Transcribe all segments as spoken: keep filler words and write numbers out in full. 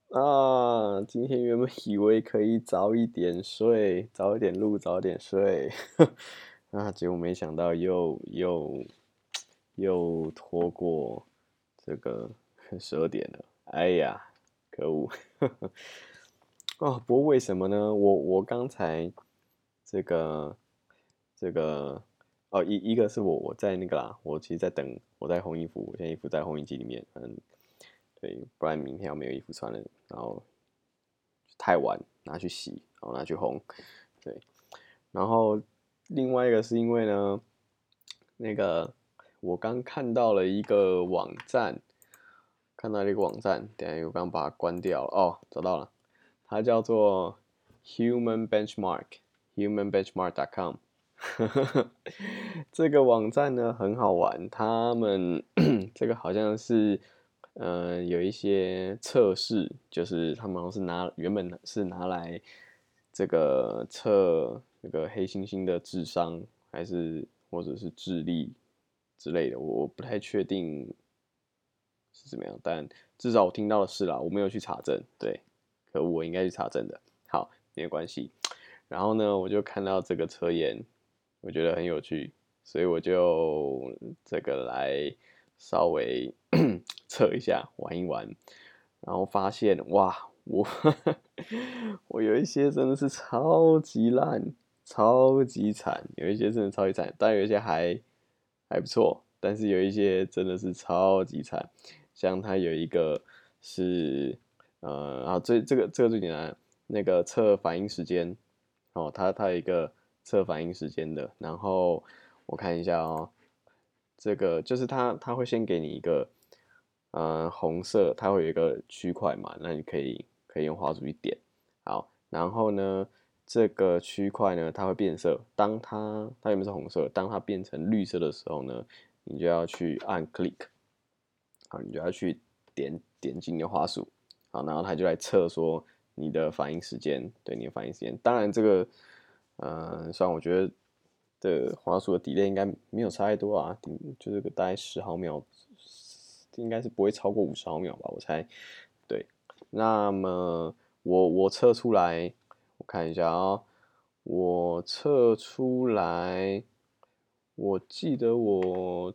啊，今天原本以为可以早一点睡，早一点录，早一点睡，啊，结果没想到又又又拖过这个十二点了，哎呀，可恶！哦，不过为什么呢？我我刚才这个这个哦，一一个是我我在那个啦，我其实在等我在烘衣服，我现在衣服在烘衣机里面，嗯，对，不然明天要没有衣服穿了，然后太晚拿去洗，然后拿去烘，对，然后另外一个是因为呢，那个我刚看到了一个网站，看到了一个网站，等下我刚把它关掉了，哦，找到了，它叫做 Human Benchmark，human benchmark dot com。这个网站呢很好玩，他们这个好像是，呃，有一些测试，就是他们好像是拿原本是拿来这个测那个黑猩猩的智商，还是或者是智力之类的，我不太确定是怎么样，但至少我听到的是啦，我没有去查证，对，可恶，我应该去查证的。好，没有关系。然后呢，我就看到这个测验，我觉得很有趣，所以我就这个来稍微测一下，玩一玩，然后发现哇，我我有一些真的是超级烂，超级惨，有一些真的超级惨，但有一些还还不错，但是有一些真的是超级惨，像它有一个是呃，啊，最这个这个最简单，那个测反应时间，哦，它它有一个测反应时间的，然后我看一下哦，这个就是它它会先给你一个呃红色，它会有一个区块嘛，那你可以可以用滑鼠去点，好，然后呢这个区块呢它会变色，当它它原本是红色，当它变成绿色的时候呢，你就要去按 click，好，你就要去点点击你的滑鼠，好，然后它就来测说你的反应时间，对你的反应时间。当然这个，呃，虽然我觉得的滑鼠的 delay 应该没有差太多啊，就是个大概十毫秒，应该是不会超过五十毫秒吧，我猜。对，那么我我测出来，我看一下啊、哦，我测出来，我记得我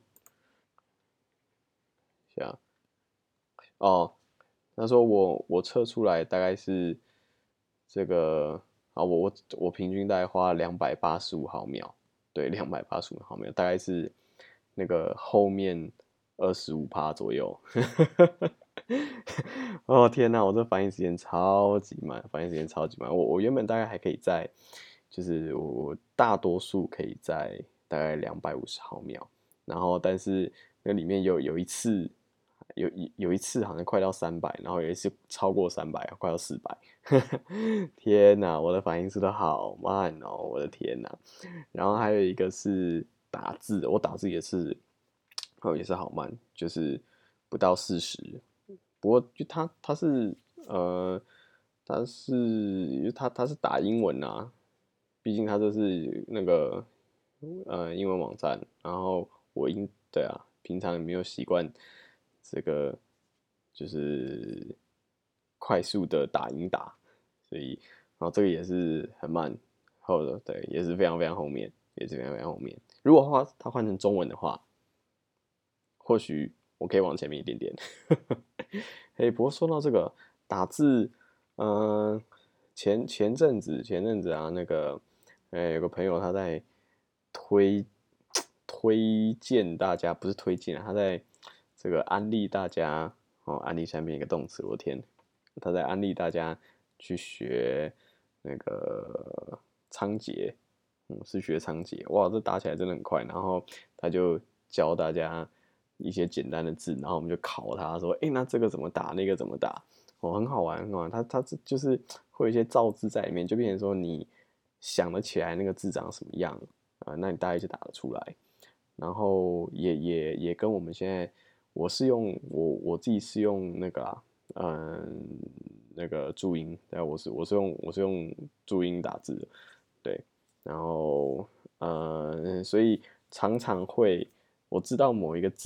想哦，他说我我测出来大概是这个啊，我我我平均大概花两百八十五毫秒，对，两百八十五毫秒，大概是那个后面二十五趴左右。哦天呐，我这反应时间超级慢，反应时间超级慢。我我原本大概还可以在，就是我大多数可以在大概两百五十毫秒，然后但是那里面有有一次。有有一次好像快到三百，然后有一次超过三百，快到四百。天哪，我的反应速度好慢哦，我的天哪！然后还有一个是打字，我打字也是，哦也是好慢，就是不到四十。不过就他他是呃他是他他是打英文啊，毕竟他这是那个呃英文网站，然后我英对啊，平常也没有习惯这个就是快速的打英打，所以然后这个也是很慢后的，对，也是非常非常后面，也是非常非常后面。如果话它换成中文的话，或许我可以往前面一点点。嘿，不过说到这个打字，嗯、呃前前阵子前阵子啊，那个，呃，有个朋友他在推推荐大家，不是推荐啊，他在这个安利大家哦，安利下面一个动词，我的天，他在安利大家去学那个仓颉，嗯，是学仓颉，哇，这打起来真的很快。然后他就教大家一些简单的字，然后我们就考他说，哎，那这个怎么打，那个怎么打？哦，很好玩，很好玩。他他就是会有一些造字在里面，就变成说你想得起来那个字长什么样啊、呃那你大概就打得出来。然后也也也跟我们现在，我是用我我自己是用那个啊，嗯，那个注音，对，我是我是用我是用注音打字的，对，然后呃，所以常常会我知道某一个字，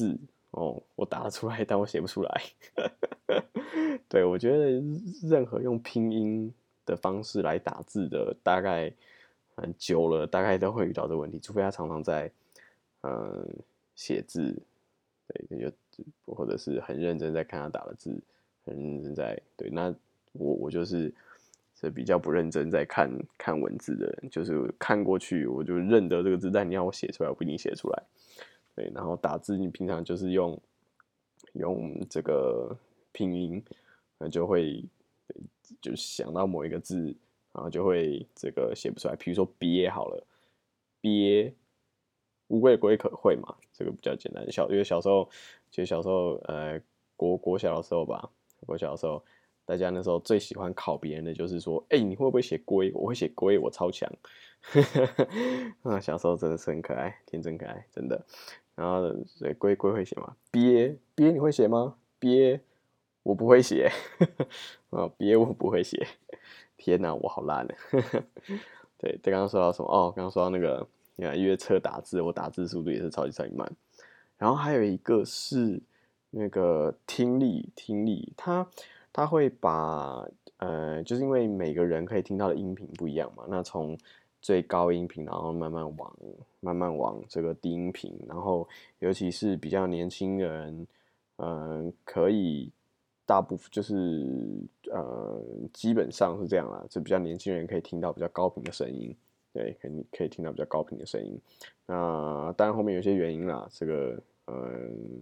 哦，我打得出来，但我写不出来。对，我觉得任何用拼音的方式来打字的，大概很久了，大概都会遇到这个问题，除非他常常在嗯写字，对，就或者是很认真在看他打的字，很认真在对。那我我就是是比较不认真在看看文字的人，就是看过去我就认得这个字，但你要我写出来，我不一定写出来。对，然后打字你平常就是用用这个拼音，那就会就想到某一个字，然后就会这个写不出来。比如说憋好了，憋，乌龟龟可会嘛？这个比较简单。小因为小时候，其实小时候呃国国小的时候吧，国小的时候，大家那时候最喜欢考别人的就是说，哎、欸，你会不会写龟？我会写龟，我超强。啊，小时候真的是很可爱，天真可爱，真的。然后所以龟龟会写吗？憋憋你会写吗？憋我不会写，啊憋我不会写，天哪，我好烂呢。对，对，刚刚说到什么？哦，刚刚说到那个，你看约测打字，我打字速度也是超级超级慢。然后还有一个是那个听力，听力，它它会把呃，就是因为每个人可以听到的音频不一样嘛，那从最高音频，然后慢慢往慢慢往这个低音频，然后尤其是比较年轻人，嗯、呃，可以大部分就是呃，基本上是这样啦，就比较年轻人可以听到比较高频的声音，对，可以可以听到比较高频的声音。那当然后面有些原因啦，这个嗯，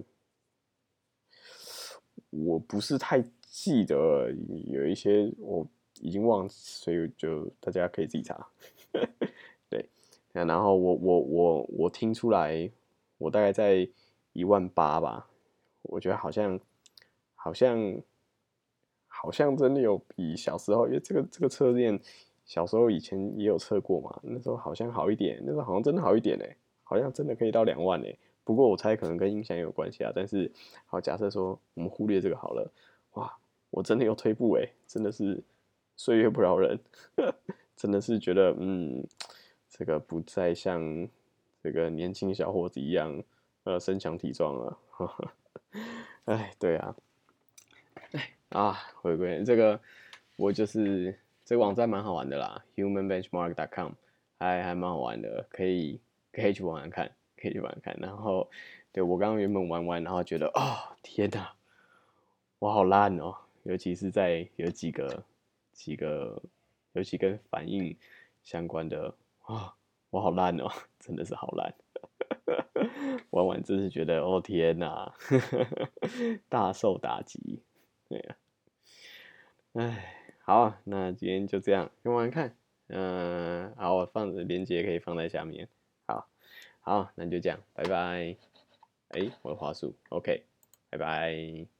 我不是太记得，有一些我已经忘，所以就大家可以自己查。对，然后我我我我听出来，我大概在一万八吧，我觉得好像好像好像真的有比小时候，因为这个这个测验小时候以前也有测过嘛，那时候好像好一点，那时候好像真的好一点哎，好像真的可以到两万哎。不过我猜可能跟音响也有关系啊，但是好，假设说我们忽略这个好了，哇，我真的有退步哎，真的是岁月不饶人，真的是觉得嗯，这个不再像这个年轻小伙子一样呃身强体壮了，哎，对啊，啊，回归这个，我就是这个网站蛮好玩的啦，human benchmark dot com，还还蛮好玩的，可以可以去玩玩看，可以去玩玩看。然后，对我刚刚原本玩完，然后觉得，哦，天哪，我好烂哦，尤其是在有几个几个，尤其跟反应相关的啊，我好烂哦，真的是好烂。玩完真是觉得，哦天哪，大受打击。对呀、唉，好啊，那今天就这样，用玩看。嗯、好，我放的链接可以放在下面。好，好，那就这样，拜拜。哎，我的滑鼠，OK，拜拜。